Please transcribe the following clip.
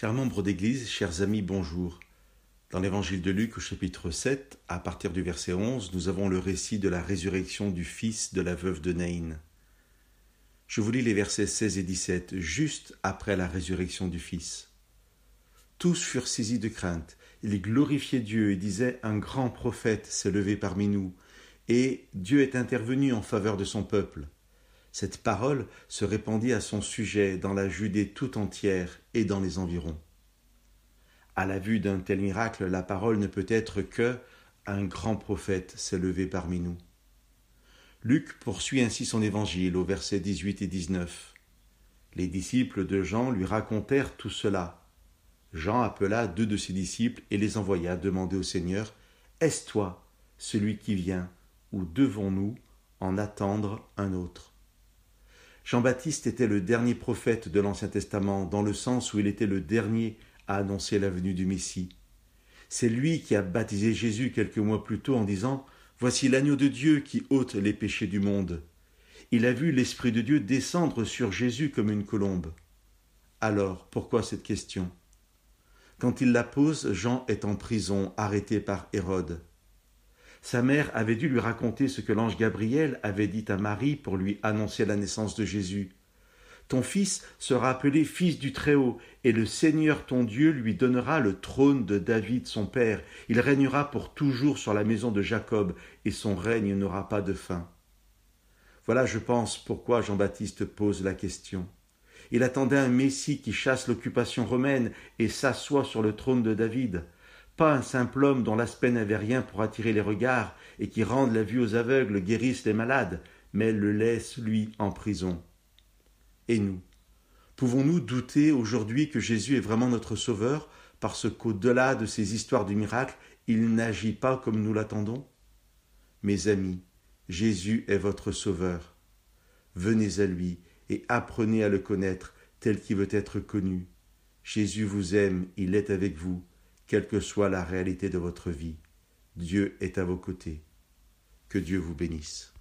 Chers membres d'Église, chers amis, bonjour. Dans l'Évangile de Luc au chapitre 7, à partir du verset 11, nous avons le récit de la résurrection du fils de la veuve de Naïn. Je vous lis les versets 16 et 17, juste après la résurrection du fils. Tous furent saisis de crainte. Ils glorifiaient Dieu et disaient « Un grand prophète s'est levé parmi nous, et Dieu est intervenu en faveur de son peuple. » Cette parole se répandit à son sujet dans la Judée tout entière et dans les environs. À la vue d'un tel miracle, la parole ne peut être que « Un grand prophète s'est levé parmi nous ». Luc poursuit ainsi son évangile au verset 18 et 19. Les disciples de Jean lui racontèrent tout cela. Jean appela 2 de ses disciples et les envoya demander au Seigneur « Est-ce toi, celui qui vient, ou devons-nous en attendre un autre ?» Jean-Baptiste était le dernier prophète de l'Ancien Testament, dans le sens où il était le dernier à annoncer la venue du Messie. C'est lui qui a baptisé Jésus quelques mois plus tôt en disant « Voici l'agneau de Dieu qui ôte les péchés du monde ». Il a vu l'Esprit de Dieu descendre sur Jésus comme une colombe. Alors, pourquoi cette question ? Quand il la pose, Jean est en prison, arrêté par Hérode. Sa mère avait dû lui raconter ce que l'ange Gabriel avait dit à Marie pour lui annoncer la naissance de Jésus. « Ton fils sera appelé fils du Très-Haut, et le Seigneur ton Dieu lui donnera le trône de David son père. Il régnera pour toujours sur la maison de Jacob, et son règne n'aura pas de fin. » Voilà, je pense, pourquoi Jean-Baptiste pose la question. Il attendait un Messie qui chasse l'occupation romaine et s'assoit sur le trône de David. Pas un simple homme dont l'aspect n'avait rien pour attirer les regards et qui rende la vue aux aveugles, guérisse les malades, mais le laisse, lui, en prison. Et nous, pouvons-nous douter aujourd'hui que Jésus est vraiment notre Sauveur parce qu'au-delà de ces histoires du miracle, il n'agit pas comme nous l'attendons ? Mes amis, Jésus est votre Sauveur. Venez à lui et apprenez à le connaître tel qu'il veut être connu. Jésus vous aime, il est avec vous. Quelle que soit la réalité de votre vie, Dieu est à vos côtés. Que Dieu vous bénisse.